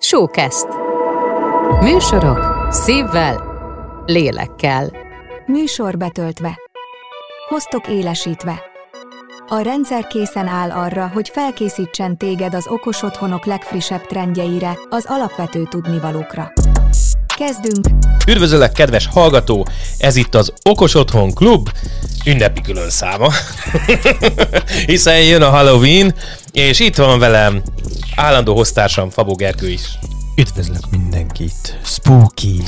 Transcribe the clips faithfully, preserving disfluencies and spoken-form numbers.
Showcast. Műsorok szívvel, lélekkel. Műsor betöltve. Hoztok élesítve. A rendszer készen áll arra, hogy felkészítsen téged az okos otthonok legfrissebb trendjeire, az alapvető tudnivalókra. Kezdünk! Üdvözöllek, kedves hallgató! Ez itt az Okos Otthon Klub ünnepi külön száma. Hiszen jön a Halloween, és itt van velem állandó hoztársam, Fabó Gergő is. Üdvözlök mindenkit! Spooky!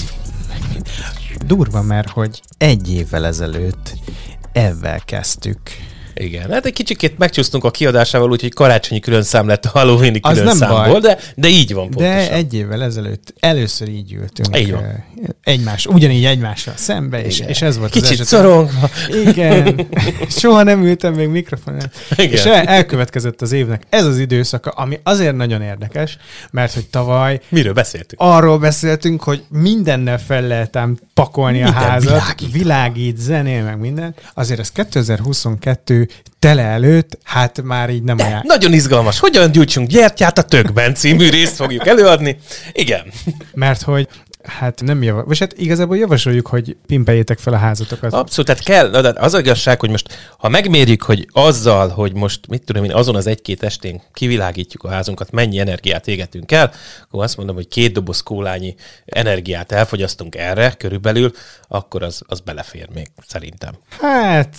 Durva, mert hogy egy évvel ezelőtt ezzel kezdtük. Igen, hát egy kicsikét megcsúsztunk a kiadásával, úgyhogy karácsonyi külön szám lett a Halloweeni külön nem számból, de, de így van pontosan. De egy évvel ezelőtt először így ültünk. Így van. Egymás, ugyanígy egymással szembe, és, és ez volt kicsit az szorongva. Igen, soha nem ültem még mikrofonon. És el, elkövetkezett az évnek ez az időszaka, ami azért nagyon érdekes, mert hogy tavaly... Miről beszéltünk? Arról beszéltünk, hogy mindennel fel lehet ám pakolni minden a házat. Világít. világít, zenél, meg minden. Azért ez kétezer-huszonkettő tele előtt, hát már így nem ajánl. Nagyon izgalmas. Hogyan gyújtsunk gyertyát a tökben című részt fogjuk előadni. Igen. Mert hogy hát nem javas, vagy hát igazából javasoljuk, hogy pimpeljétek fel a házatokat. Abszolút, tehát kell, de az igazság, hogy most, ha megmérjük, hogy azzal, hogy most, mit tudom én, azon az egy-két estén kivilágítjuk a házunkat, mennyi energiát égetünk el, akkor azt mondom, hogy két doboz kólányi energiát elfogyasztunk erre körülbelül, akkor az, az belefér még, szerintem. Hát...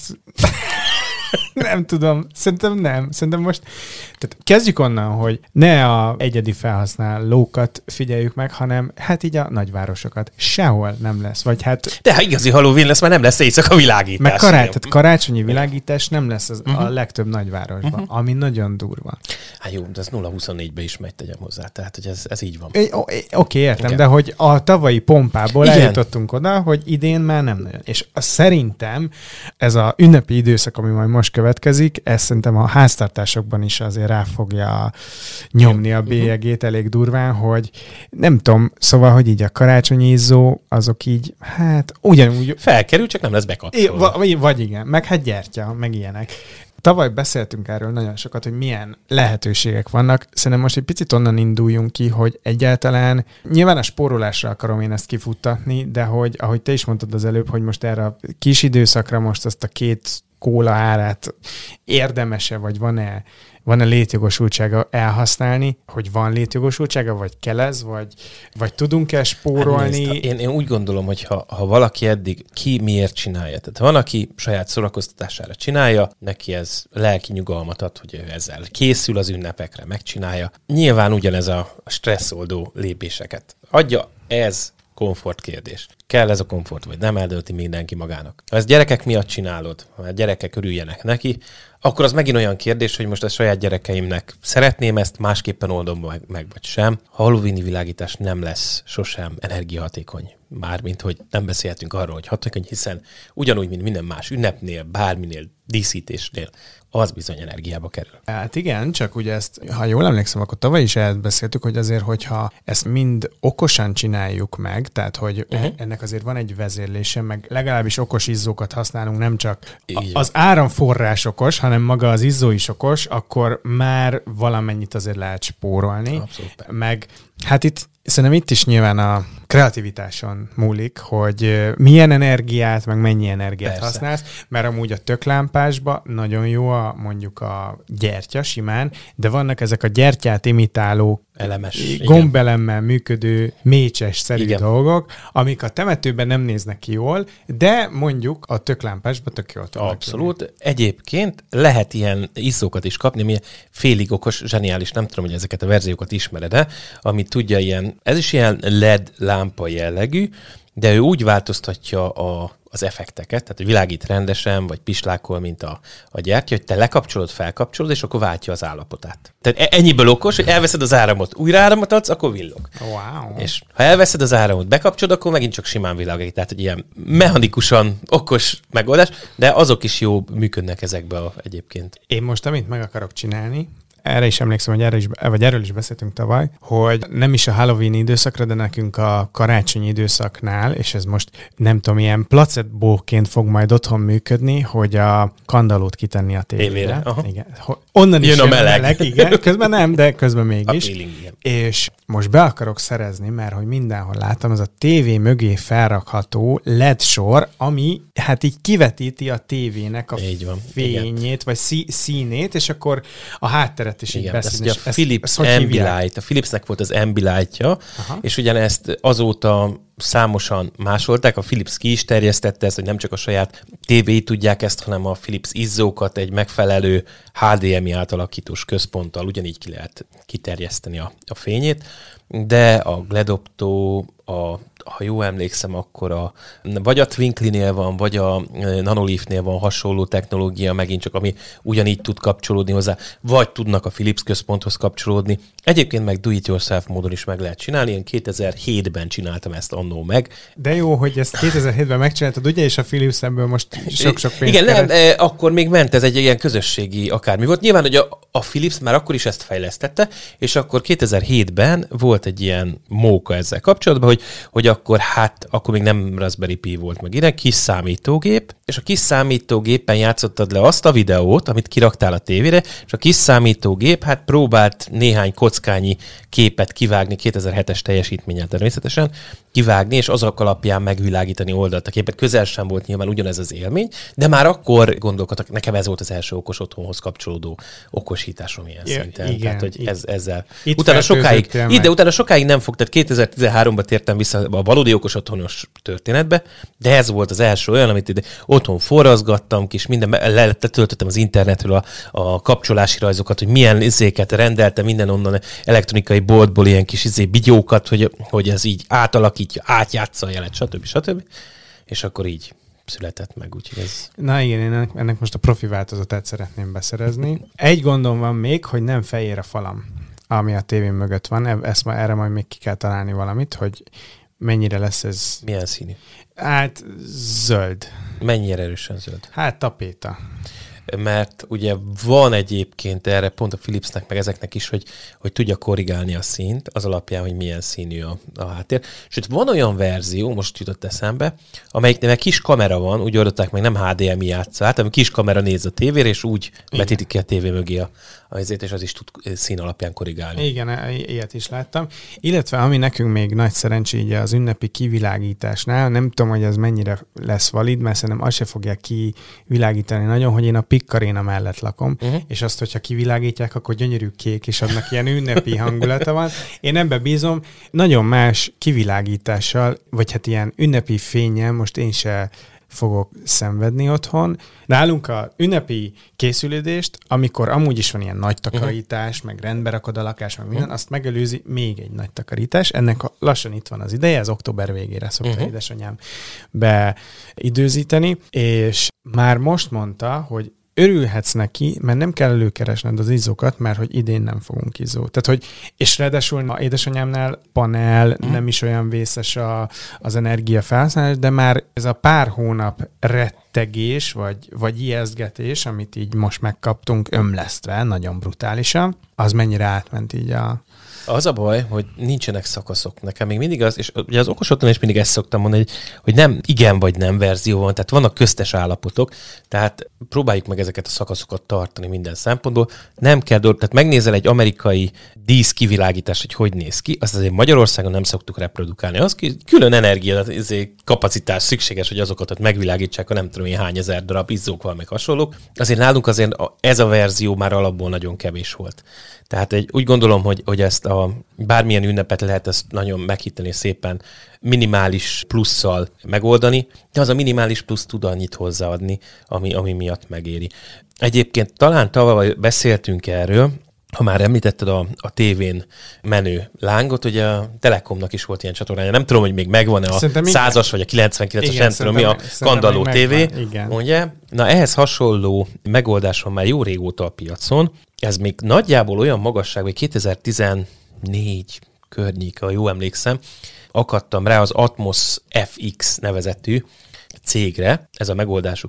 Nem tudom, szerintem nem. Szerintem most, tehát kezdjük onnan, hogy ne a egyedi felhasználókat figyeljük meg, hanem hát így a nagyvárosokat. Sehol nem lesz, vagy hát... De ha igazi Halloween lesz, már nem lesz éjszaka világítás. Meg kará- tehát karácsonyi világítás nem lesz az uh-huh. a legtöbb nagyvárosban, uh-huh. ami nagyon durva. Hát jó, de ez nulla huszonnégybe is megy, tegyem hozzá, tehát hogy ez, ez így van. É, Oké, okay, értem, igen. De hogy a tavalyi pompából igen. eljutottunk oda, hogy idén már nem nagyon. És szerintem ez a ünnepi időszak, ami majd most következik, ez szerintem a háztartásokban is azért rá fogja nyomni a bélyegét elég durván, hogy nem tudom, szóval, hogy így a karácsonyi izzó, azok így, hát ugyanúgy... Felkerül, csak nem lesz bekapcsolva. Vagy, vagy igen, meg hát gyertya, meg ilyenek. Tavaly beszéltünk erről nagyon sokat, hogy milyen lehetőségek vannak. Szerintem most egy picit onnan induljunk ki, hogy egyáltalán nyilván a spórolásra akarom én ezt kifuttatni, de hogy, ahogy te is mondtad az előbb, hogy most erre a kis időszakra most azt a két kóla árát érdemese, vagy van-e, van-e létjogosultsága elhasználni, hogy van létjogosultsága, vagy kell ez, vagy, vagy tudunk-e spórolni? Hát, én, én úgy gondolom, hogy ha, ha valaki eddig ki miért csinálja, tehát van, aki saját szórakoztatására csinálja, neki ez lelki nyugalmat ad, hogy ezzel készül az ünnepekre, megcsinálja. Nyilván ugyanez a stresszoldó lépéseket adja, ez komfortkérdés. Kell ez a komfort, vagy nem, eldönti mindenki magának. Ha ezt gyerekek miatt csinálod, ha a gyerekek örüljenek neki, akkor az megint olyan kérdés, hogy most a saját gyerekeimnek szeretném ezt, másképpen oldom meg, meg vagy sem. A halloweeni világítás nem lesz sosem energiahatékony. Mármint, hogy nem beszélhetünk arról, hogy hatékony, hiszen ugyanúgy, mint minden más ünnepnél, bárminél, díszítésnél, az bizony energiába kerül. Hát igen, csak ugye ezt, ha jól emlékszem, akkor tavaly is elbeszéltük, hogy azért, hogyha ezt mind okosan csináljuk meg, tehát, hogy uh-huh. ennek azért van egy vezérlése, meg legalábbis okos izzókat használunk, nem csak az áramforrás okos, hanem maga az izzó is okos, akkor már valamennyit azért lehet spórolni. Abszolút. Meg hát itt szerintem itt is nyilván a kreativitáson múlik, hogy milyen energiát, meg mennyi energiát Persze. használsz, mert amúgy a töklámpásban nagyon jó a, mondjuk a gyertya simán, de vannak ezek a gyertyát imitáló elemes, gombelemmel működő mécses-szerű igen. dolgok, amik a temetőben nem néznek ki jól, de mondjuk a töklámpásban tök jól tudnak. Abszolút. Jönni. Egyébként lehet ilyen izzókat is kapni, ami félig okos, zseniális, nem tudom, hogy ezeket a verziókat ismered-e, amit tudja ilyen, ez is ilyen el é dé lámpa jellegű, de ő úgy változtatja a az effekteket, tehát hogy világít rendesen, vagy pislákol, mint a, a gyertya, hogy te lekapcsolod, felkapcsolod, és akkor váltja az állapotát. Tehát ennyiből okos, hogy elveszed az áramot, újra áramot adsz, akkor villog. Wow. És ha elveszed az áramot, bekapcsolod, akkor megint csak simán világít. Tehát, hogy ilyen mechanikusan okos megoldás, de azok is jó működnek ezekbe a, egyébként. Én most, amit meg akarok csinálni, erre is emlékszem, hogy erre is, vagy erről is beszéltünk tavaly, hogy nem is a Halloween időszakra, de nekünk a karácsonyi időszaknál, és ez most nem tudom, ilyen placebóként fog majd otthon működni, hogy a kandallót kitenni a tévére. Igen. Onnan jön is a meleg. meleg. Igen, közben nem, de közben mégis. Feeling, és most be akarok szerezni, mert hogy mindenhol láttam, ez a tévé mögé felrakható el é dé sor, ami hát így kivetíti a tévének a van, fényét, igen. vagy szí- színét, és akkor a hátteret is így beszélni. Ez a Philips Ambilight, a Philipsnek volt az Ambilight-ja, Aha. és ugyanezt azóta számosan másolták, a Philips ki is terjesztette ezt, hogy nem csak a saját tévéi tudják ezt, hanem a Philips izzókat egy megfelelő há dé em i átalakítós központtal ugyanígy ki lehet kiterjeszteni a, a fényét, de a Gledopto, a, ha jól emlékszem, akkor a, vagy a Twinkly-nél van, vagy a Nanoleaf-nél van hasonló technológia, megint csak ami ugyanígy tud kapcsolódni hozzá, vagy tudnak a Philips központhoz kapcsolódni. Egyébként meg do-it-yourself módon is meg lehet csinálni. Én kétezer-hétben csináltam ezt annó meg. De jó, hogy ezt kétezer-hétben megcsináltad, ugye, és a Philips ebből most sok-sok pénzt Igen, nem, akkor még ment, ez egy ilyen közösségi akármi volt. Nyilván, hogy a, a Philips már akkor is ezt fejlesztette, és akkor kétezer-hétben volt egy ilyen móka ezzel kapcsolatban, hogy, hogy akkor hát, akkor még nem Raspberry Pi volt meg ide, kis számítógép, és a kis számítógépen játszottad le azt a videót, amit kiraktál a tévére, és a kis számítógép hát próbált néhány kockányi képet kivágni, kétezer-hetes teljesítménnyel természetesen, kivágni, és azok alapján megvilágítani oldalt a képet. Közel sem volt nyilván ugyanez az élmény, de már akkor gondolkodtak, nekem ez volt az első okos otthonhoz kapcsolódó okosításom ilyen ja, szinten. Igen, Tehát, hogy ez, ezzel. Itt utána sokáig, itt, de utána sokáig nem fog, tehát kétezer-tizenháromban tértem vissza a valódi okos otthonos történetbe, de ez volt az első olyan, amit ide otthon forrazgattam, kis minden, letöltöttem az internetről a, a kapcsolási rajzokat, hogy milyen izéket rendeltem, minden onnan elektronikai boltból ilyen kis izé bigyókat, hogy, hogy ez így átalakítja, átjátsza a jelet, stb. stb. És akkor így született meg, úgyhogy ez... Na igen, én ennek, ennek most a profi változatát szeretném beszerezni. Egy gondom van még, hogy nem fehér a falam, ami a tévém mögött van. Ezt ma, erre majd még ki kell találni valamit, hogy mennyire lesz ez... Milyen színű? Hát zöld. Mennyire erősen zöld? Hát tapéta. Mert ugye van egyébként erre pont a Philipsnek, meg ezeknek is, hogy, hogy tudja korrigálni a színt, az alapján, hogy milyen színű a, a háttér. Sőt, van olyan verzió, most jutott eszembe, amelyiknél kis kamera van, úgy oldották meg, nem há dé em i játszát, hanem kis kamera néz a tévére, és úgy vetítik ki a tévé mögé a, a helyzét, és az is tud szín alapján korrigálni. Igen, ilyet is láttam. Illetve ami nekünk még nagy szerencsé így az ünnepi kivilágításnál, nem tudom, hogy ez mennyire lesz valid, mert szerintem azt se fogják kivilágítani nagyon, hogy én a Pikkaréna mellett lakom, uh-huh. és azt, hogyha kivilágítják, akkor gyönyörű kék, és annak ilyen ünnepi hangulata van. Én ebbe bízom, nagyon más kivilágítással, vagy hát ilyen ünnepi fénnyel most én se fogok szenvedni otthon. Nálunk a ünnepi készülődést, amikor amúgy is van ilyen nagy takarítás, uh-huh. meg rendbe rakod a lakás, meg minden, uh-huh. azt megelőzi még egy nagy takarítás. Ennek lassan itt van az ideje, ez október végére szokta uh-huh. édesanyám beidőzíteni, és már most mondta, hogy örülhetsz neki, mert nem kell előkeresned az izzókat, mert hogy idén nem fogunk izzó. Tehát, hogy, és ráadásul a édesanyámnál panel, mm. nem is olyan vészes a, az energia felhasználás, de már ez a pár hónap rettegés, vagy, vagy ijesztgetés, amit így most megkaptunk ömlesztve, nagyon brutálisan, az mennyire átment így a... Az a baj, hogy nincsenek szakaszok. Nekem még mindig az, és ugye az okos otthon is mindig ezt szoktam mondani, hogy, hogy nem igen vagy nem verzió van, tehát vannak köztes állapotok, tehát próbáljuk meg ezeket a szakaszokat tartani minden szempontból. Nem kell dolog, tehát megnézel egy amerikai dísz kivilágítást, hogy hogy néz ki, azt azért Magyarországon nem szoktuk reprodukálni. Az külön energia, kapacitás szükséges, hogy azokat ott megvilágítsák, a nem tudom én hány ezer darab izzókkal, meg hasonlók. Azért nálunk azért ez a verzió már alapból nagyon kevés volt. Tehát egy, úgy gondolom, hogy, hogy ezt a bármilyen ünnepet lehet ezt nagyon meghitteni szépen minimális plusszal megoldani, de az a minimális plusz tud annyit hozzáadni, ami, ami miatt megéri. Egyébként talán tavaly beszéltünk erről, ha már említetted a, a tévén menő lángot, ugye a Telekomnak is volt ilyen csatornája. Nem tudom, hogy még megvan-e a szerintem százas igen. vagy a kilencvenkilences, nem tudom mi a Kandalló té vé. Ugye? Na ehhez hasonló megoldás van már jó régóta a piacon. Ez még nagyjából olyan magasság, hogy kétezer-tizennégy környék, ha jól emlékszem, akadtam rá az Atmos ef iksz nevezetű cégre, ez a megoldásuk is,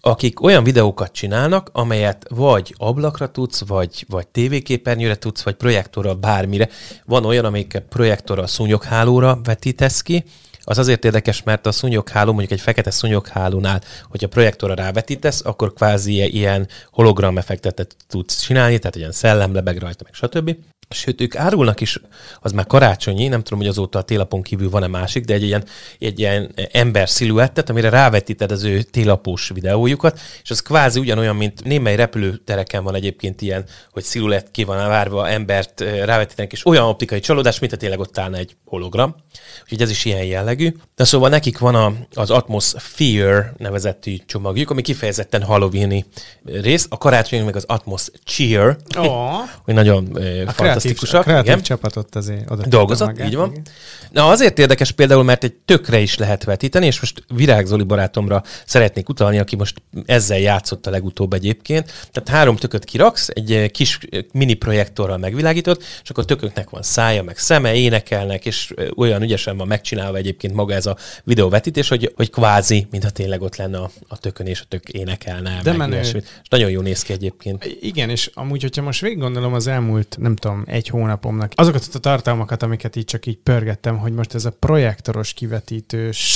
akik olyan videókat csinálnak, amelyet vagy ablakra tudsz, vagy, vagy tévéképernyőre tudsz, vagy projektorral bármire. Van olyan, amelyik projektorral szúnyoghálóra vetítesz ki. Az azért érdekes, mert a szúnyogháló, mondjuk egy fekete szúnyoghálónál, hogyha projektorra rávetítesz, akkor kvázi ilyen hologram effektet tudsz csinálni, tehát ilyen szellem lebeg rajta, meg stb. Sőt, ők árulnak is, az már karácsonyi, nem tudom, hogy azóta a télapon kívül van-e másik, de egy ilyen, egy ilyen ember sziluettet, amire rávetíted az ő télapós videójukat, és az kvázi ugyanolyan, mint némely repülőtereken van egyébként ilyen, hogy sziluett ki van várva, embert rávetítenek, és olyan optikai csalódás, mint a tényleg ott állna egy hologram. Úgyhogy ez is ilyen jellegű. De szóval nekik van a, az Atmosphere nevezetű csomagjuk, ami kifejezetten Halloween-i rész. A karácsony meg az Atmosphere, oh. hogy nagyon uh, fantasztikusak. A kreatív csapatot azért oda dolgozott, magát, így van. Igen. Na azért érdekes például, mert egy tökre is lehet vetíteni, és most Virág Zoli barátomra szeretnék utalni, aki most ezzel játszott a legutóbb egyébként. Tehát három tököt kiraksz, egy kis mini projektorral megvilágított, és akkor tököknek van szája, meg szeme, énekelnek, és olyan ügyesen van megcsinálva egyébként maga ez a videóvetítés, hogy, hogy kvázi, mintha tényleg ott lenne a, a tökön, és a tök énekelne. De menő. És nagyon jó néz ki egyébként. Igen, és amúgy, hogyha most végig gondolom az elmúlt, nem tudom, egy hónapomnak, azokat a tartalmakat, amiket így csak így pörgettem, hogy most ez a projektoros kivetítős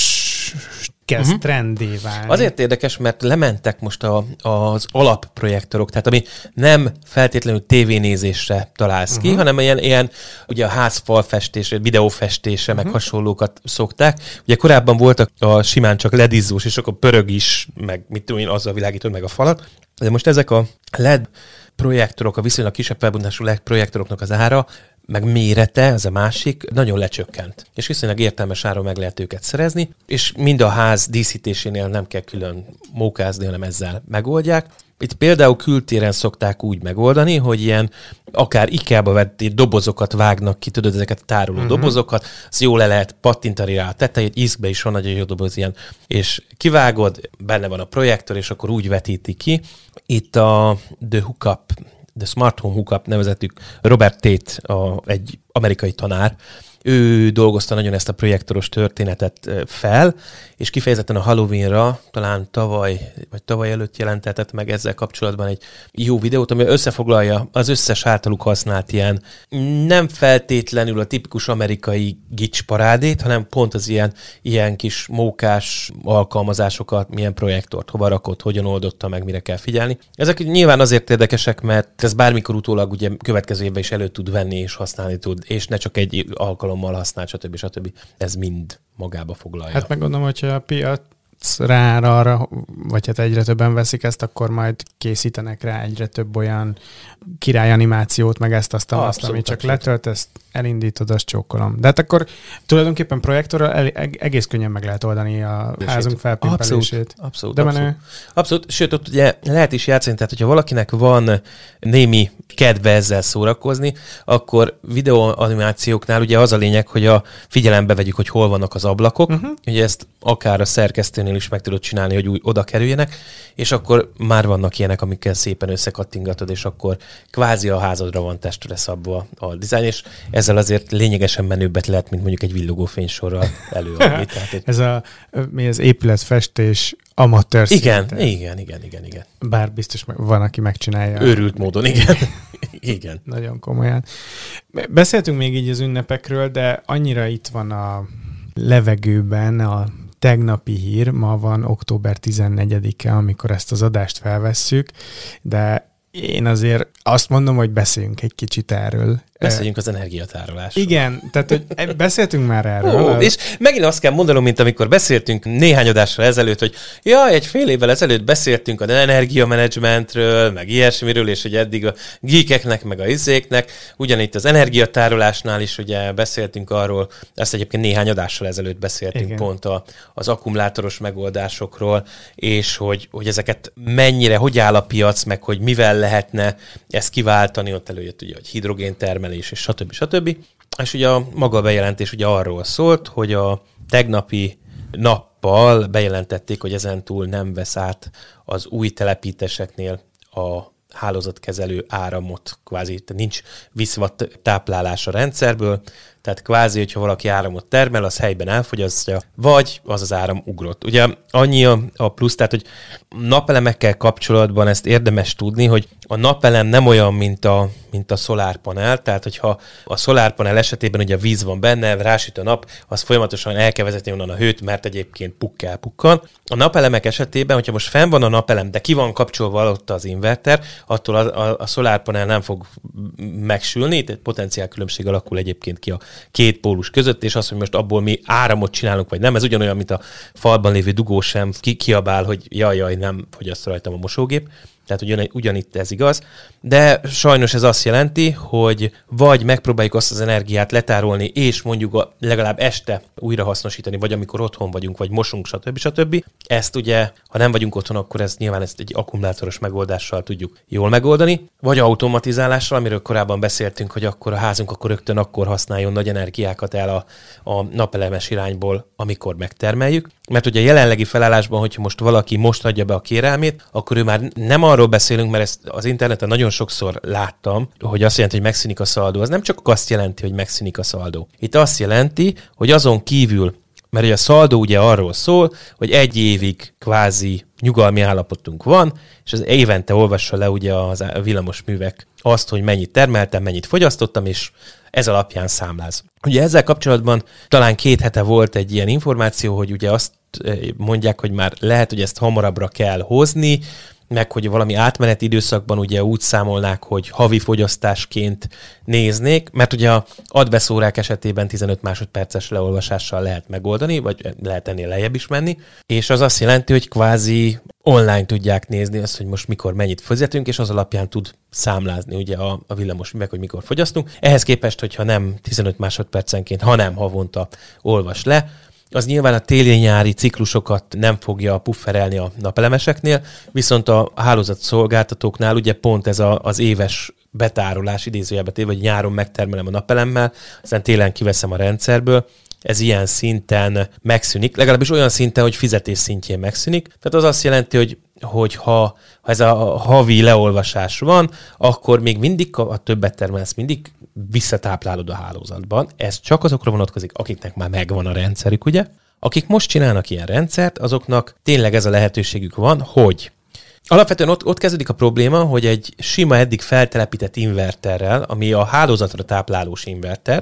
kezd uh-huh. trendé válni. Azért érdekes, mert lementek most a, az alapprojektorok, tehát ami nem feltétlenül tévénézésre találsz uh-huh. ki, hanem ilyen, ilyen ugye a házfalfestésre, videófestésre, uh-huh. meg hasonlókat szokták. Ugye korábban voltak a simán csak ledizzós, és akkor pörög is, meg mit tudom én, azzal világítod meg a falat. De most ezek a led projektorok, a viszonylag kisebb felbontású led projektoroknak az ára, meg mérete, ez a másik, nagyon lecsökkent. És viszonylag értelmes áron meg lehet őket szerezni, és mind a ház díszítésénél nem kell külön mókázni, hanem ezzel megoldják. Itt például kültéren szokták úgy megoldani, hogy ilyen akár IKEA-ba vett dobozokat vágnak ki, tudod, ezeket a tároló uh-huh. dobozokat, az jól le lehet pattintani rá a tetejét, iszkbe is van nagyon jó doboz ilyen, és kivágod, benne van a projektor, és akkor úgy vetíti ki. Itt a The Hookup, The Smart Home Hookup nevezetük Robert Tate, a, egy amerikai tanár, ő dolgozta nagyon ezt a projektoros történetet fel, és kifejezetten a Halloweenra, talán tavaly, vagy tavaly előtt jelentetett meg ezzel kapcsolatban egy jó videót, ami összefoglalja az összes általuk használt ilyen nem feltétlenül a tipikus amerikai gicsparádét, hanem pont az ilyen, ilyen kis mókás alkalmazásokat, milyen projektort hova rakott, hogyan oldotta meg, mire kell figyelni. Ezek nyilván azért érdekesek, mert ez bármikor utólag ugye következő évben is elő tud venni és használni tud, és ne csak egy alkalommal használ, stb. stb. Ez mind magába foglalja. Hát meg gondolom, hogyha a piac rá arra, vagy hát egyre többen veszik ezt, akkor majd készítenek rá egyre több olyan királyanimációt, meg ezt, azt, azt ami csak letölt, ezt elindítod, azt csókolom. De hát akkor tulajdonképpen projektorral el, egész könnyen meg lehet oldani a házunk felpimpelését. Abszolút, abszolút. De abszolút. abszolút. Sőt, ott ugye lehet is játszani, tehát hogyha valakinek van némi kedve ezzel szórakozni, akkor videóanimációknál ugye az a lényeg, hogy a figyelembe vegyük, hogy hol vannak az ablakok, uh-huh. ugye ezt akár a szerkesztőnél is meg tudod csinálni, hogy úgy oda kerüljenek, és akkor már vannak ilyenek, amikkel szépen összekattingatod, és akkor kvázi a házadra van testre szabva a dizájn, és ezzel azért lényegesen menőbbet lehet, mint mondjuk egy villogó fénysorral előadni. Tehát egy... Ez a, mi az épületfestés amatőr igen, szinten. igen, igen, igen, igen. Bár biztos van, aki megcsinálja. Őrült módon, igen. igen. Nagyon komolyan. Beszéltünk még így az ünnepekről, de annyira itt van a levegőben a tegnapi hír, ma van október tizennegyedike, amikor ezt az adást felvesszük, de én azért azt mondom, hogy beszéljünk egy kicsit erről. Beszéljünk az energiatárolásról. Igen, tehát hogy beszéltünk már erről. Ó, az... És megint azt kell mondanom, mint amikor beszéltünk néhány adással ezelőtt, hogy jaj, egy fél évvel ezelőtt beszéltünk az energiamenedzsmentről, meg ilyesmiről, és hogy eddig a geekeknek, meg a izéknek, ugyanitt az energiatárolásnál is ugye beszéltünk arról, ezt egyébként néhány adással ezelőtt beszéltünk igen. pont a, az akkumulátoros megoldásokról, és hogy, hogy ezeket mennyire, hogy áll a piac, meg hogy mivel lehetne ezt kiváltani, ott előjött ugye, hogy hidrogéntermelés, és stb. stb. És ugye a maga a bejelentés ugye arról szólt, hogy a tegnapi nappal bejelentették, hogy ezentúl nem vesz át az új telepítéseknél a hálózatkezelő áramot, kvázi nincs viszvat táplálás a rendszerből, tehát kvázi, hogyha valaki áramot termel, az helyben elfogyasztja, vagy az az áram ugrott. Ugye annyi a, a plusz, tehát hogy napelemekkel kapcsolatban ezt érdemes tudni, hogy a napelem nem olyan, mint a, mint a szolárpanel, tehát hogyha a szolárpanel esetében ugye a víz van benne, rásüt a nap, az folyamatosan el kell vezetni onnan a hőt, mert egyébként pukkel pukkan. A napelemek esetében, hogyha most fenn van a napelem, de ki van kapcsolva alatt az inverter, attól a, a, a szolárpanel nem fog megsülni, tehát potenciál különbség alakul egyébként ki a két pólus között, és az, hogy most abból mi áramot csinálunk, vagy nem, ez ugyanolyan, mint a falban lévő dugó sem ki, kiabál, hogy jaj, jaj, nem fogyaszt rajtam a mosógép. Tehát ugyan, ugyanitt ez igaz, de sajnos ez azt jelenti, hogy vagy megpróbáljuk azt az energiát letárolni, és mondjuk a, legalább este újra hasznosítani, vagy amikor otthon vagyunk, vagy mosunk, stb. stb. Ezt ugye, ha nem vagyunk otthon, akkor ez nyilván ezt egy akkumulátoros megoldással tudjuk jól megoldani, vagy automatizálással, amiről korábban beszéltünk, hogy akkor a házunk akkor rögtön akkor használjon nagy energiákat el a, a napelemes irányból, amikor megtermeljük. Mert ugye a jelenlegi felállásban, hogyha most valaki most adja be a kérelmét, akkor ő már nem arról beszélünk, mert ezt az interneten nagyon sokszor láttam, hogy azt jelenti, hogy megszűnik a szaldó. Az nem csak azt jelenti, hogy megszűnik a szaldó. Itt azt jelenti, hogy azon kívül, mert ugye a szaldó ugye arról szól, hogy egy évig kvázi nyugalmi állapotunk van, és az évente olvassa le ugye az villamosművek azt, hogy mennyit termeltem, mennyit fogyasztottam, és ez alapján számláz. Ugye ezzel kapcsolatban talán két hete volt egy ilyen információ, hogy ugye azt mondják, hogy már lehet, hogy ezt hamarabbra kell hozni, meg hogy valami átmeneti időszakban ugye úgy számolnák, hogy havi fogyasztásként néznék, mert ugye a adbeszórák esetében tizenöt másodperces leolvasással lehet megoldani, vagy lehet ennél lejjebb is menni, és az azt jelenti, hogy kvázi online tudják nézni azt, hogy most mikor mennyit fizetünk, és az alapján tud számlázni ugye a, a villamos művek, hogy mikor fogyasztunk. Ehhez képest, hogyha nem tizenöt másodpercenként, hanem havonta olvas le, az nyilván a téli-nyári ciklusokat nem fogja pufferelni a napelemeseknél, viszont a hálózatszolgáltatóknál ugye pont ez a, az éves betárolás idézőjelbe téve, hogy nyáron megtermelem a napelemmel, aztán télen kiveszem a rendszerből, ez ilyen szinten megszűnik, legalábbis olyan szinten, hogy fizetés szintjén megszűnik. Tehát az azt jelenti, hogy, hogy ha, ha ez a havi leolvasás van, akkor még mindig a többet termelsz, mindig visszatáplálod a hálózatban. Ez csak azokra vonatkozik, akiknek már megvan a rendszerük, ugye? Akik most csinálnak ilyen rendszert, azoknak tényleg ez a lehetőségük van, hogy alapvetően ott, ott kezdődik a probléma, hogy egy sima eddig feltelepített inverterrel, ami a hálózatra táplálós inverter,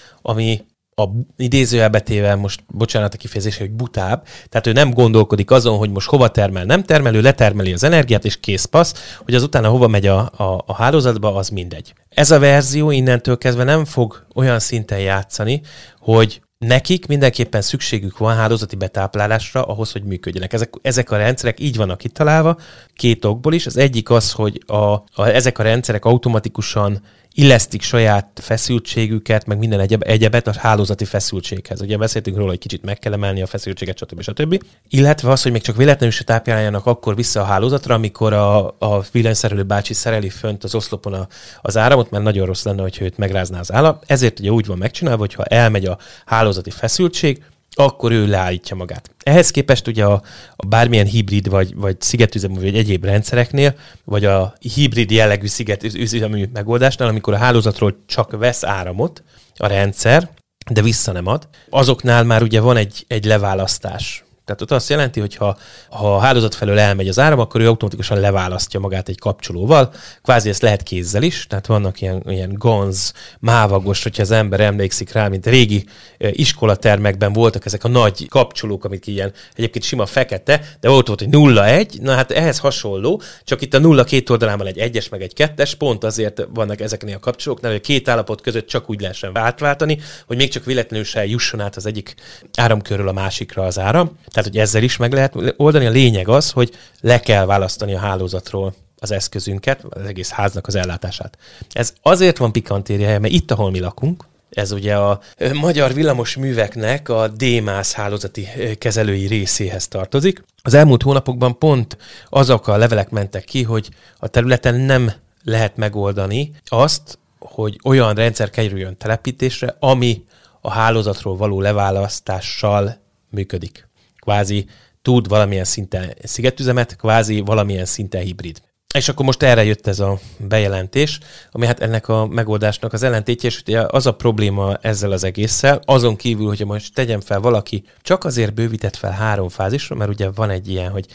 ami a idézőjelbetével most, bocsánat a kifejezés, hogy butább, tehát ő nem gondolkodik azon, hogy most hova termel, nem termel, ő letermeli az energiát, és kész passz, hogy az utána hova megy a, a, a hálózatba, az mindegy. Ez a verzió innentől kezdve nem fog olyan szinten játszani, hogy nekik mindenképpen szükségük van hálózati betáplálásra ahhoz, hogy működjenek. Ezek, ezek a rendszerek így vannak kitalálva, két okból is. Az egyik az, hogy a, a, ezek a rendszerek automatikusan illesztik saját feszültségüket, meg minden egyeb, egyebet a hálózati feszültséghez. Ugye beszéltünk róla, hogy kicsit meg kell emelni a feszültséget, stb. stb. Illetve az, hogy még csak véletlenül se tápláljanak akkor vissza a hálózatra, amikor a, a villanyszerelő bácsi szereli fönt az oszlopon a, az áramot, mert nagyon rossz lenne, hogyha őt megrázná az állam. Ezért ugye úgy van megcsinálva, hogy ha elmegy a hálózati feszültség, akkor ő leállítja magát. Ehhez képest ugye a, a bármilyen hibrid vagy, vagy szigetüzemű vagy egyéb rendszereknél, vagy a hibrid jellegű szigetüzemű megoldásnál, amikor a hálózatról csak vesz áramot a rendszer, de vissza nem ad, azoknál már ugye van egy, egy leválasztás. Tehát ott azt jelenti, hogy ha, ha a hálózat felől elmegy az áram, akkor ő automatikusan leválasztja magát egy kapcsolóval. Kvázi ezt lehet kézzel is, tehát vannak ilyen, ilyen gonz, mávagos, hogyha az ember emlékszik rá, mint régi iskolatermekben voltak ezek a nagy kapcsolók, amik ilyen egyébként sima fekete, de ott volt, hogy nulla egy, na hát ehhez hasonló, csak itt a nulla két oldalán van egy egyes, meg egy kettes, pont azért vannak ezeknél a kapcsolóknál, hogy a két állapot között csak úgy lehessen átváltani, hogy még csak véletlenül se jusson át az egyik áramkörről a másikra az áram. Tehát, hogy ezzel is meg lehet oldani. A lényeg az, hogy le kell választani a hálózatról az eszközünket, az egész háznak az ellátását. Ez azért van pikantériája, mert itt, ahol mi lakunk, ez ugye a magyar villamos műveknek a dé-mász hálózati kezelői részéhez tartozik. Az elmúlt hónapokban pont azok a levelek mentek ki, hogy a területen nem lehet megoldani azt, hogy olyan rendszer kerüljön telepítésre, ami a hálózatról való leválasztással működik. Kvázi tud valamilyen szinten szigetüzemet, kvázi valamilyen szinten hibrid. És akkor most erre jött ez a bejelentés, ami hát ennek a megoldásnak az ellentétje, és ugye az a probléma ezzel az egésszel, azon kívül, hogyha most tegyen fel valaki, csak azért bővített fel három fázisra, mert ugye van egy ilyen, hogy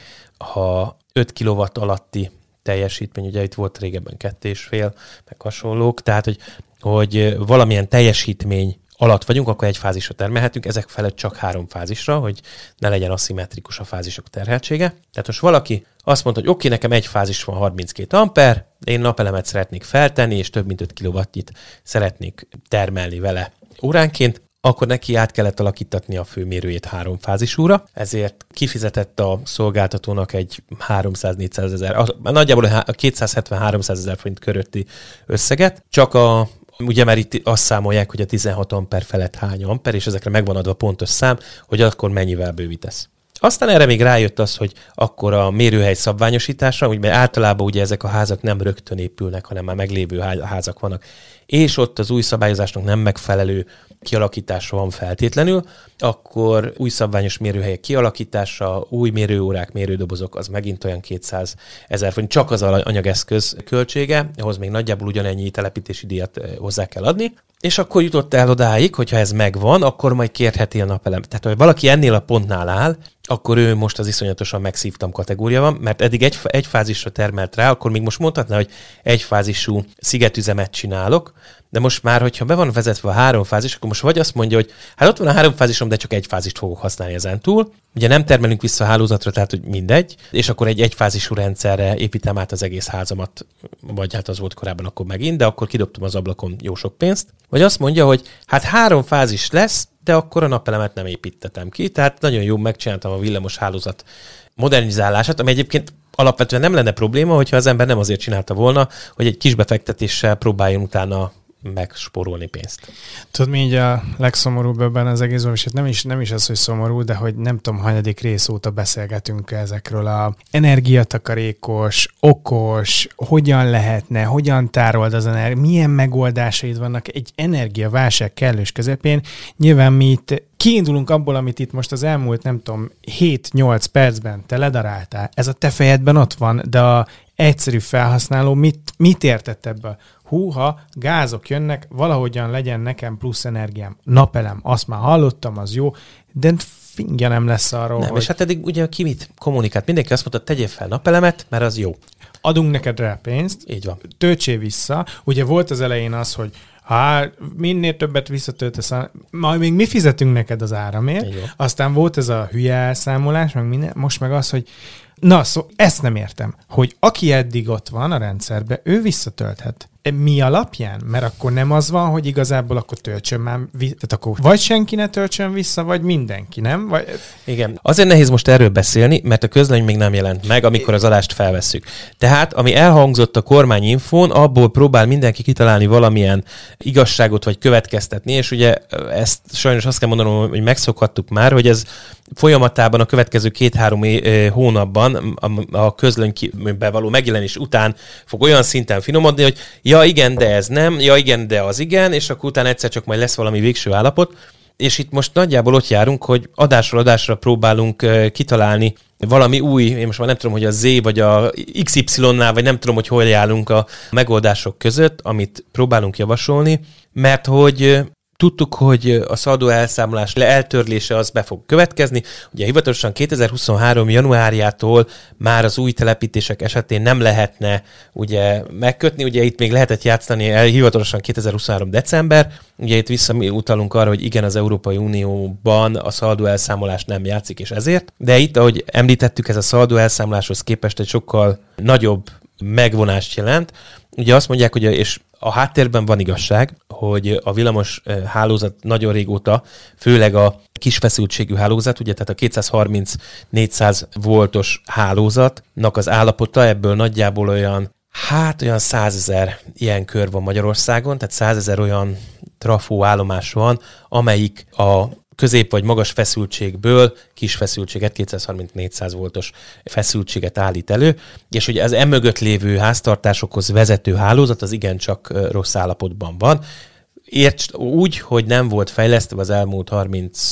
ha öt kilowatt alatti teljesítmény, ugye itt volt régebben kettő és fél, meg hasonlók, tehát hogy, hogy valamilyen teljesítmény alatt vagyunk, akkor egy fázisra termelhetünk, ezek felett csak három fázisra, hogy ne legyen aszimmetrikus a fázisok terheltsége. Tehát most valaki azt mondta, hogy oké, nekem egy fázis van harminckét amper, én napelemet szeretnék feltenni, és több mint öt kilowattit szeretnék termelni vele óránként, akkor neki át kellett alakítatni a főmérőjét három fázisúra, ezért kifizetett a szolgáltatónak egy háromszáz-négyszázezer, nagyjából a kétszázhetven-háromszázezer forint körötti összeget, csak a ugye már itt azt számolják, hogy a tizenhat amper felett hány amper, és ezekre megvan adva pontos szám, hogy akkor mennyivel bővítesz. Aztán erre még rájött az, hogy akkor a mérőhely szabványosítása, ugye általában ugye ezek a házak nem rögtön épülnek, hanem már meglévő házak vannak, és ott az új szabályozásnak nem megfelelő kialakítása van feltétlenül, akkor új szabványos mérőhelyek kialakítása, új mérőórák, mérődobozok, az megint olyan kétszázezer forint, csak az anyageszköz költsége, ahhoz még nagyjából ugyanennyi telepítési díjat hozzá kell adni, és akkor jutott el odáig, hogyha ez megvan, akkor majd kérheti a napelem. Tehát, ha valaki ennél a pontnál áll, akkor ő most az iszonyatosan megszívtam kategória van, mert eddig egy, egy fázisra termelt rá, akkor még most mondhatná, hogy egyfázisú szigetüzemet csinálok, de most már, hogyha be van vezetve a három fázis, akkor most vagy azt mondja, hogy hát ott van a három fázisom, de csak egy fázist fogok használni ezen túl. Ugye nem termelünk vissza a hálózatra, tehát hogy mindegy, és akkor egy egyfázisú rendszerre építem át az egész házamat, vagy hát az volt korábban akkor megint, de akkor kidobtam az ablakon jó sok pénzt. Vagy azt mondja, hogy hát három fázis lesz, de akkor a napelemet nem építettem ki, tehát nagyon jó megcsináltam a villamos hálózat modernizálását, ami egyébként alapvetően nem lenne probléma, hogyha az ember nem azért csinálta volna, hogy egy kis befektetéssel próbáljon utána megspórolni pénzt. Tudod, mi így a legszomorúbb ebben az egészben, és nem is, nem is az, hogy szomorú, de hogy nem tudom, hanyadik rész óta beszélgetünk ezekről a energiatakarékos, okos, hogyan lehetne, hogyan tárold az energia, milyen megoldásaid vannak egy energiaválság kellős közepén. Nyilván mi itt kiindulunk abból, amit itt most az elmúlt, nem tudom, hét-nyolc percben te ledaráltál. Ez a te fejedben ott van, de a egyszerű felhasználó mit, mit értett ebből? Húha, gázok jönnek, valahogyan legyen nekem plusz energiám. Napelem, azt már hallottam, az jó, de fingja nem lesz arról, nem, hogy... és hát eddig ugye ki mit kommunikált? Mindenki azt mondta, tegyél fel napelemet, mert az jó. Adunk neked rá pénzt, így van. Töltsé vissza. Ugye volt az elején az, hogy hát minél többet visszatöltesz, majd még mi fizetünk neked az áramért. Aztán volt ez a hülye elszámolás, meg minden, most meg az, hogy na, szó, ezt nem értem, hogy aki eddig ott van a rendszerben, ő visszatölthet. Mi alapján? Mert akkor nem az van, hogy igazából akkor töltsön már, tehát akkor vagy senki ne töltsön vissza, vagy mindenki, nem? Vagy... Igen. Azért nehéz most erről beszélni, mert a közlemény még nem jelent meg, amikor az adást felvesszük. Tehát, ami elhangzott a kormányinfón, abból próbál mindenki kitalálni valamilyen igazságot, vagy következtetni, és ugye ezt sajnos azt kell mondanom, hogy megszokhattuk már, hogy ez folyamatában a következő két-három hónapban a közlönybe való megjelenés után fog olyan szinten finomodni, hogy ja igen, de ez nem, ja igen, de az igen, és akkor utána egyszer csak majd lesz valami végső állapot. És itt most nagyjából ott járunk, hogy adásról adásra próbálunk kitalálni valami új, én most már nem tudom, hogy a Z vagy a iksz ipszilonnál, vagy nem tudom, hogy hol járunk a megoldások között, amit próbálunk javasolni, mert hogy tudtuk, hogy a szaldó elszámolás eltörlése az be fog következni. Ugye hivatalosan kétezer-huszonhárom januárjától már az új telepítések esetén nem lehetne ugye megkötni. Ugye itt még lehetett játszani el hivatalosan kétezer-huszonhárom december. Ugye itt visszautalunk arra, hogy igen, az Európai Unióban a szaldó elszámolás nem játszik, és ezért. De itt, ahogy említettük, ez a szaldó elszámoláshoz képest egy sokkal nagyobb megvonást jelent. Ugye azt mondják, hogy és a háttérben van igazság, hogy a villamos hálózat nagyon régóta, főleg a kis feszültségű hálózat, ugye tehát a kétszázharminc-négyszáz voltos hálózatnak az állapota, ebből nagyjából olyan, hát olyan százezer ilyen kör van Magyarországon, tehát százezer olyan trafó állomás van, amelyik a közép vagy magas feszültségből kis feszültséget, kétszázharminc-négyszáz voltos feszültséget állít elő, és ugye az emögött lévő háztartásokhoz vezető hálózat az igencsak rossz állapotban van. Érts úgy, hogy nem volt fejlesztve az elmúlt harminc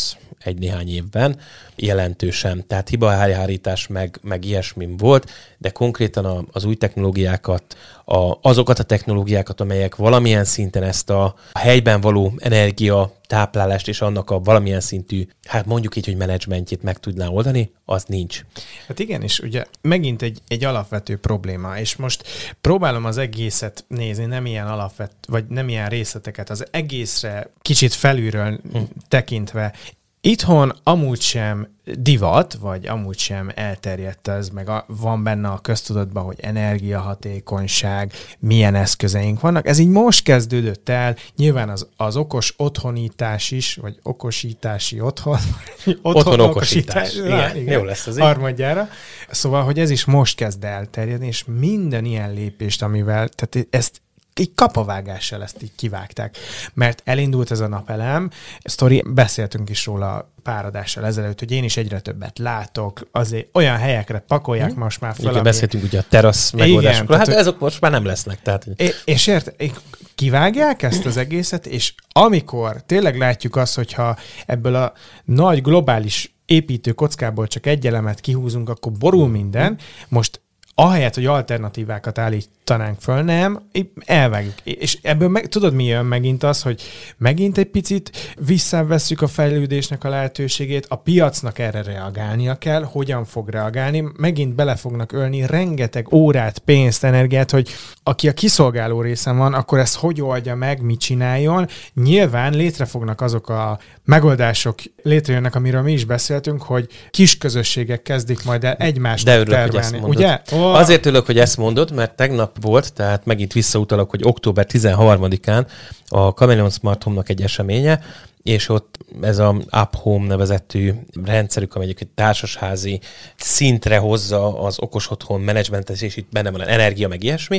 egy-néhány évben jelentősen. Tehát hibaelhárítás meg, meg ilyesmi volt, de konkrétan a, az új technológiákat, a, azokat a technológiákat, amelyek valamilyen szinten ezt a helyben való energia táplálást és annak a valamilyen szintű, hát mondjuk így, hogy menedzsmentjét meg tudná oldani, az nincs. Hát igen, és ugye megint egy, egy alapvető probléma, és most próbálom az egészet nézni, nem ilyen alapvet, vagy nem ilyen részleteket, az egészre kicsit felülről hm. tekintve. Itthon amúgy sem divat, vagy amúgy sem elterjedt ez, meg a, van benne a köztudatban, hogy energiahatékonyság, milyen eszközeink vannak. Ez így most kezdődött el, nyilván az, az okos otthonítás is, vagy okosítási otthon. otthon, otthon okosítás. okosítás. Igen, igen, jó lesz az így. Harmadjára. Szóval, hogy ez is most kezd elterjedni, és minden ilyen lépést, amivel, tehát ezt így kapavágással ezt így kivágták. Mert elindult ez a napelem, sztori, beszéltünk is róla pár adással ezelőtt, hogy én is egyre többet látok, azért olyan helyekre pakolják hmm. most már fel. Igen, ami... beszéltünk ugye a terasz megoldásokról, hát ezek most már nem lesznek. Tehát... És, és ért, kivágják ezt az egészet, és amikor tényleg látjuk azt, hogyha ebből a nagy globális építő kockából csak egy elemet kihúzunk, akkor borul minden. Most ahelyett, hogy alternatívákat állítanánk föl, nem, elvágjuk. És ebből meg, tudod, mi jön megint az, hogy megint egy picit visszavesszük a fejlődésnek a lehetőségét, a piacnak erre reagálnia kell, hogyan fog reagálni, megint bele fognak ölni rengeteg órát, pénzt, energiát, hogy aki a kiszolgáló részen van, akkor ezt hogy oldja meg, mit csináljon. Nyilván létre fognak azok a megoldások, létrejönnek, amiről mi is beszéltünk, hogy kis közösségek kezdik majd el egymást termelni. Ugye? Azért örülök, hogy ezt mondod, mert tegnap volt, tehát megint visszautalok, hogy október tizenharmadikán a Chameleon Smart Home-nak egy eseménye, és ott ez a Up Home nevezetű rendszerük, amely egy társasházi szintre hozza az okos otthon menedzsmentet, és itt benne van az energia, meg ilyesmi,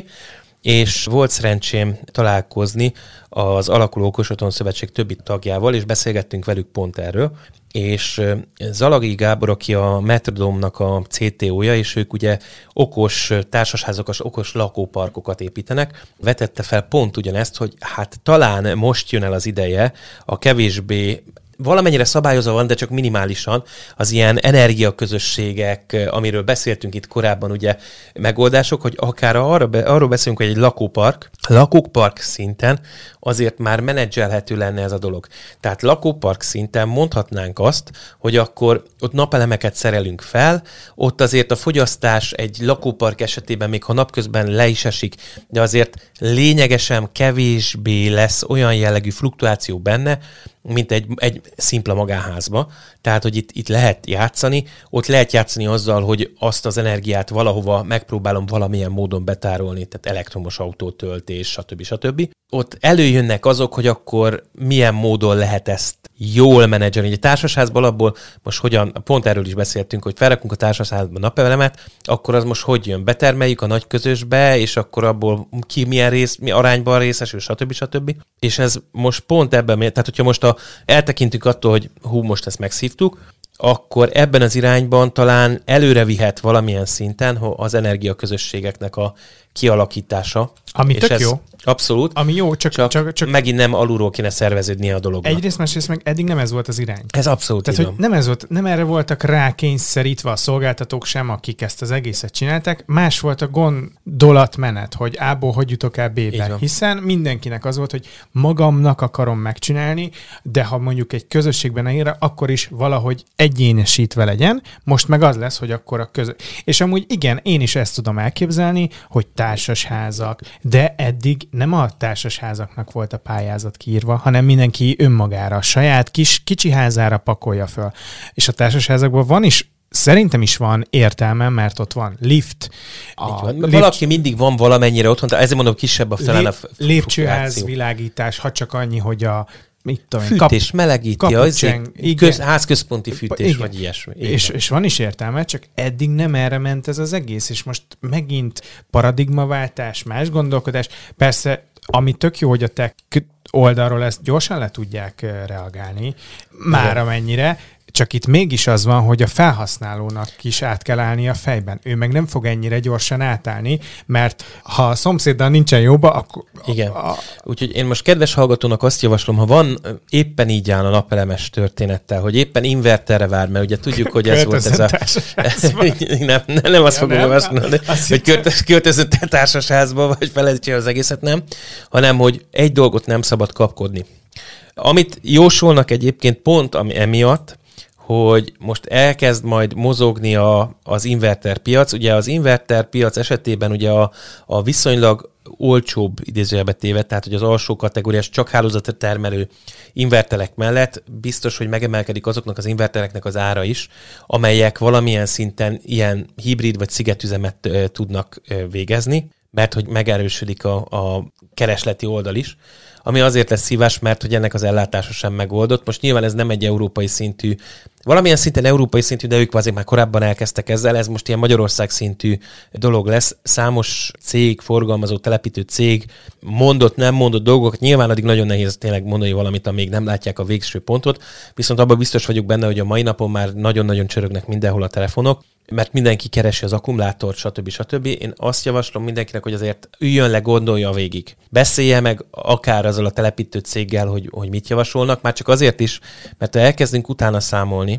és volt szerencsém találkozni az Alakuló Okos Otthon Szövetség többi tagjával, és beszélgettünk velük pont erről, és Zalagi Gábor, aki a Metrodome-nak a cé té ó-ja, és ők ugye okos társasházakas, okos lakóparkokat építenek, vetette fel pont ugyanezt, hogy hát talán most jön el az ideje a kevésbé valamennyire szabályozva van, de csak minimálisan az ilyen energiaközösségek, amiről beszéltünk itt korábban, ugye megoldások, hogy akár arra be, arról beszélünk, hogy egy lakópark, lakópark szinten azért már menedzselhető lenne ez a dolog. Tehát lakópark szinten mondhatnánk azt, hogy akkor ott napelemeket szerelünk fel, ott azért a fogyasztás egy lakópark esetében, még ha napközben le is esik, de azért lényegesen kevésbé lesz olyan jellegű fluktuáció benne, mint egy, egy szimpla magánházba. Tehát, hogy itt, itt lehet játszani, ott lehet játszani azzal, hogy azt az energiát valahova megpróbálom valamilyen módon betárolni, tehát elektromos autótöltés, stb. stb. Ott előjönnek azok, hogy akkor milyen módon lehet ezt jól menedzselni. Egy társasházban alapból most hogyan, pont erről is beszéltünk, hogy felrakunk a társasházba napelemet, akkor az most hogy jön? Betermeljük a nagy közösbe, és akkor abból ki milyen rész, mi arányban részesül, stb. stb. És ez most pont ebben, tehát hogyha most a, eltekintünk attól, hogy hú, most ezt megszívtuk, akkor ebben az irányban talán előre vihet valamilyen szinten az energiaközösségeknek a kialakítása. Ami tök ez jó. Abszolút. Ami jó, csak, csak, csak, csak megint nem alulról kéne szerveződnie a dolognak. Egyrészt, másrészt meg eddig nem ez volt az irány. Ez abszolút. Tehát, hogy nem, ez volt, nem erre voltak rákényszerítve a szolgáltatók sem, akik ezt az egészet csinálták. Más volt a gondolatmenet, hogy A-ból hogy jutok el B-be. Hiszen mindenkinek az volt, hogy magamnak akarom megcsinálni, de ha mondjuk egy közösségben ér, akkor is valahogy egyénesítve legyen. Most meg az lesz, hogy akkor a közö... És amúgy igen, én is ezt tudom elképzelni, hogy társasházak, de eddig nem a társasházaknak volt a pályázat kiírva, hanem mindenki önmagára, a saját kis kicsi házára pakolja föl. És a társasházakban van is, szerintem is van értelme, mert ott van lift. A van. Lift... Valaki mindig van valamennyire otthon, ezért mondom, kisebb a talán a f- lépcsőház, világítás, ha csak annyi, hogy a mit tudom, fűtés, kap, melegíti, az köz, házközponti fűtés, igen. vagy ilyesmi. És, és van is értelme, csak eddig nem erre ment ez az egész, és most megint paradigmaváltás, más gondolkodás. Persze, ami tök jó, hogy a tech oldalról ezt gyorsan le tudják reagálni, már amennyire, Csak itt mégis az van, hogy a felhasználónak is át kell állni a fejben. Ő meg nem fog ennyire gyorsan átállni, mert ha a szomszéddal nincsen jóba, akkor... Igen. A... Úgyhogy én most kedves hallgatónak azt javaslom, ha van éppen így áll a napelemes történettel, hogy éppen inverterre vár, mert ugye tudjuk, hogy ez volt ez a... nem, nem, nem azt ja, fogom nem, azt mondani, azt hogy költözött a társasházba, vagy felejtsél az egészet, nem, hanem, hogy egy dolgot nem szabad kapkodni. Amit jósolnak egyébként pont ami emiatt, hogy most elkezd majd mozogni a, az inverter piac. Ugye az inverter piac esetében ugye a, a viszonylag olcsóbb idézőjelbe téve, tehát hogy az alsó kategóriás csak hálózatra termelő inverterek mellett biztos, hogy megemelkedik azoknak az invertereknek az ára is, amelyek valamilyen szinten ilyen hibrid vagy szigetüzemet e, tudnak e, végezni, mert hogy megerősödik a, a keresleti oldal is, ami azért lesz szívás, mert hogy ennek az ellátása sem megoldott. Most nyilván ez nem egy európai szintű, valamilyen szinten európai szintű, de ők azért már korábban elkezdtek ezzel, ez most ilyen Magyarország szintű dolog lesz. Számos cég, forgalmazó, telepítő cég mondott, nem mondott dolgokat, nyilván addig nagyon nehéz tényleg mondani valamit, amíg nem látják a végső pontot, viszont abban biztos vagyok benne, hogy a mai napon már nagyon-nagyon csörögnek mindenhol a telefonok, mert mindenki keresi az akkumulátort, stb. stb. Én azt javaslom mindenkinek, hogy azért üljön le, gondolja végig. Beszélje meg akár azzal a telepítő céggel, hogy, hogy mit javasolnak, már csak azért is, mert ha elkezdünk utána számolni,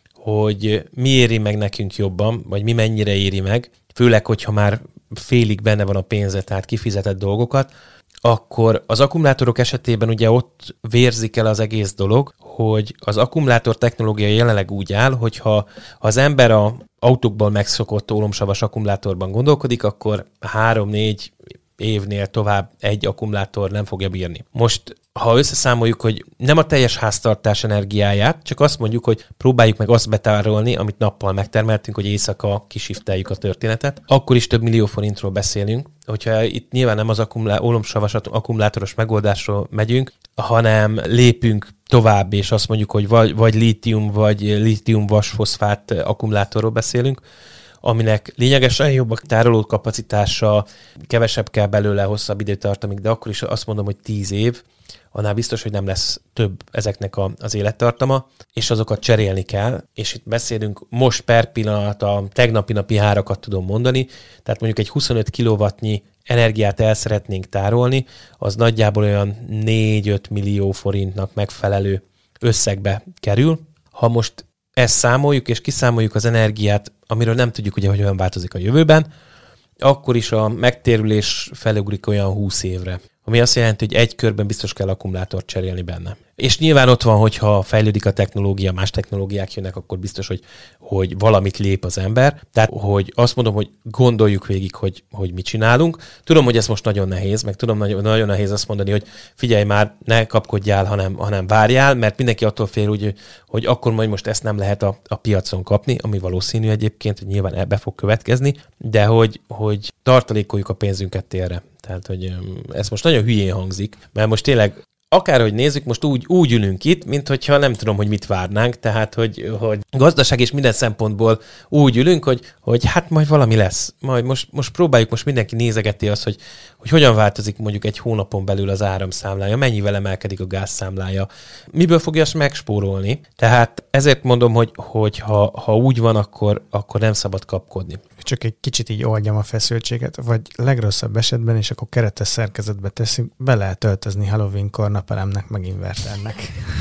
hogy mi éri meg nekünk jobban, vagy mi mennyire éri meg, főleg, hogyha már félig benne van a pénze, tehát kifizetett dolgokat, akkor az akkumulátorok esetében ugye ott vérzik el az egész dolog, hogy az akkumulátor technológia jelenleg úgy áll, hogyha az ember a autókból megszokott ólomsavas akkumulátorban gondolkodik, akkor három-négy évnél tovább egy akkumulátor nem fogja bírni. Most, ha összeszámoljuk, hogy nem a teljes háztartás energiáját, csak azt mondjuk, hogy próbáljuk meg azt betárolni, amit nappal megtermeltünk, hogy éjszaka kisifteljük a történetet, akkor is több millió forintról beszélünk. Hogyha itt nyilván nem az akkumulá- ólomsavas akkumulátoros megoldásról megyünk, hanem lépünk tovább, és azt mondjuk, hogy vagy, vagy lítium, vagy lítium-vasfoszfát akkumulátorról beszélünk, aminek lényegesen jobb a tároló kapacitása, kevesebb kell belőle, hosszabb időtartamig, de akkor is azt mondom, hogy tíz év, annál biztos, hogy nem lesz több ezeknek a, az élettartama, és azokat cserélni kell, és itt beszélünk most per pillanat, a tegnapi napi árakat tudom mondani, tehát mondjuk egy huszonöt kilowattnyi energiát el szeretnénk tárolni, az nagyjából olyan négy-öt millió forintnak megfelelő összegbe kerül. Ha most ezt számoljuk, és kiszámoljuk az energiát, amiről nem tudjuk ugye, hogy olyan változik a jövőben, akkor is a megtérülés felugrik olyan húsz évre. Ami azt jelenti, hogy egy körben biztos kell akkumulátort cserélni benne. És nyilván ott van, hogyha fejlődik a technológia, más technológiák jönnek, akkor biztos, hogy, hogy valamit lép az ember. Tehát, hogy azt mondom, hogy gondoljuk végig, hogy, hogy mit csinálunk. Tudom, hogy ez most nagyon nehéz, meg tudom, nagyon, nagyon nehéz azt mondani, hogy figyelj már, ne kapkodjál, hanem, hanem várjál, mert mindenki attól fél, hogy, hogy akkor majd most ezt nem lehet a, a piacon kapni, ami valószínű egyébként, hogy nyilván ebbe fog következni, de hogy, hogy tartalékoljuk a pénzünket térre. Tehát, hogy ez most nagyon hülyén hangzik, mert most tényleg akárhogy nézzük, most úgy, úgy ülünk itt, mint hogyha nem tudom, hogy mit várnánk, tehát, hogy, hogy gazdaság és minden szempontból úgy ülünk, hogy, hogy hát majd valami lesz. Majd most, most próbáljuk, most mindenki nézegeti azt, hogy, hogy hogyan változik mondjuk egy hónapon belül az áramszámlája, mennyivel emelkedik a gázszámlája, miből fogja azt megspórolni. Tehát ezért mondom, hogy, hogy ha, ha úgy van, akkor, akkor nem szabad kapkodni. Csak egy kicsit így oldjam a feszültséget, vagy legrosszabb esetben, és akkor keretes szerkezetbe teszünk, be lehet öltözni Halloweenkor napelemnek, meg inverternek.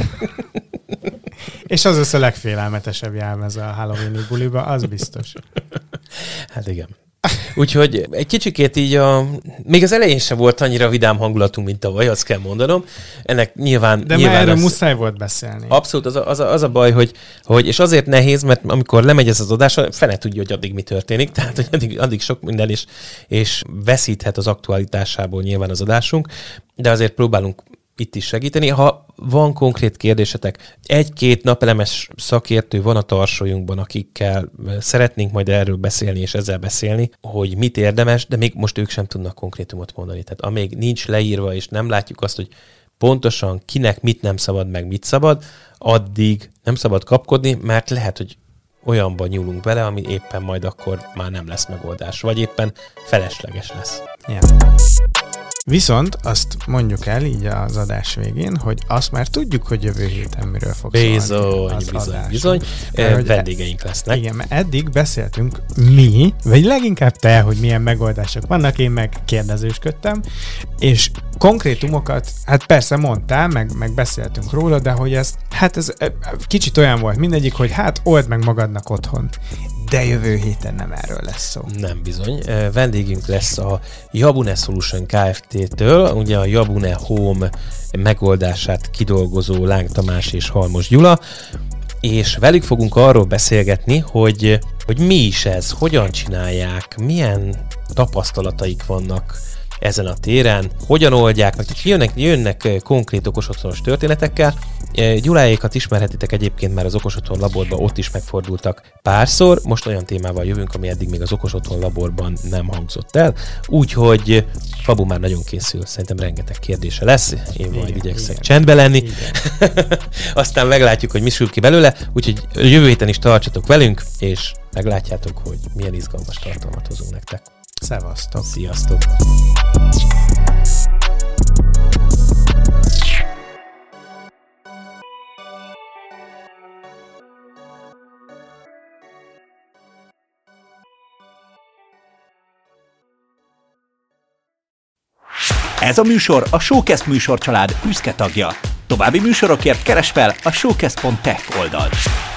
És az lesz a legfélelmetesebb jelmez a Halloweeni buliba, az biztos. Hát igen. Úgyhogy egy kicsikét így a... Még az elején sem volt annyira vidám hangulatunk, mint tavaly, azt kell mondanom. Ennek nyilván... De nyilván már erről az... muszáj volt beszélni. Abszolút, az a, az, a, az a baj, hogy, hogy... És azért nehéz, mert amikor lemegy ez az adás, fene tudja, hogy addig mi történik. Tehát, hogy addig, addig sok minden is, és veszíthet az aktualitásából nyilván az adásunk. De azért próbálunk itt is segíteni. Ha van konkrét kérdésetek, egy-két napelemes szakértő van a tarsolyunkban, akikkel szeretnénk majd erről beszélni és ezzel beszélni, hogy mit érdemes, de még most ők sem tudnak konkrétumot mondani. Tehát amíg nincs leírva, és nem látjuk azt, hogy pontosan kinek mit nem szabad, meg mit szabad, addig nem szabad kapkodni, mert lehet, hogy olyanban nyúlunk bele, ami éppen majd akkor már nem lesz megoldás, vagy éppen felesleges lesz. Yeah. Viszont azt mondjuk el így az adás végén, hogy azt már tudjuk, hogy jövő héten miről fog bizony, szólni az bizony, adás. bizony, Mert, vendégeink lesznek. Igen, mert eddig beszéltünk mi, vagy leginkább te, hogy milyen megoldások vannak, én meg kérdezősködtem, és konkrétumokat, hát persze mondtál, meg, meg beszéltünk róla, de hogy ez, hát ez kicsit olyan volt mindegyik, hogy hát old meg magadnak otthon. De jövő héten nem erről lesz szó. Nem bizony. Vendégünk lesz a Jabune Solution Kft-től, ugye a Jabune Home megoldását kidolgozó Láng Tamás és Halmos Gyula, és velük fogunk arról beszélgetni, hogy, hogy mi is ez, hogyan csinálják, milyen tapasztalataik vannak ezen a téren, hogyan oldják meg, tehát jönnek, jönnek konkrét okosotthonos történetekkel. Gyuláékat ismerhetitek egyébként már az Okosotthon laborban, ott is megfordultak párszor, most olyan témával jövünk, ami eddig még az Okosotthon laborban nem hangzott el, úgyhogy Fabu már nagyon készül, szerintem rengeteg kérdése lesz, én majd igen, igyekszek igen. csendbe lenni, aztán meglátjuk, hogy mi sül ki belőle, úgyhogy jövő héten is tartsatok velünk, és meglátjátok, hogy milyen izgalmas tartalmat hozunk nektek. Szevasztok! Sziasztok! Ez a műsor a Showcast műsorcsalád büszke tagja. További műsorokért keresd fel a showcast pont tech oldalt.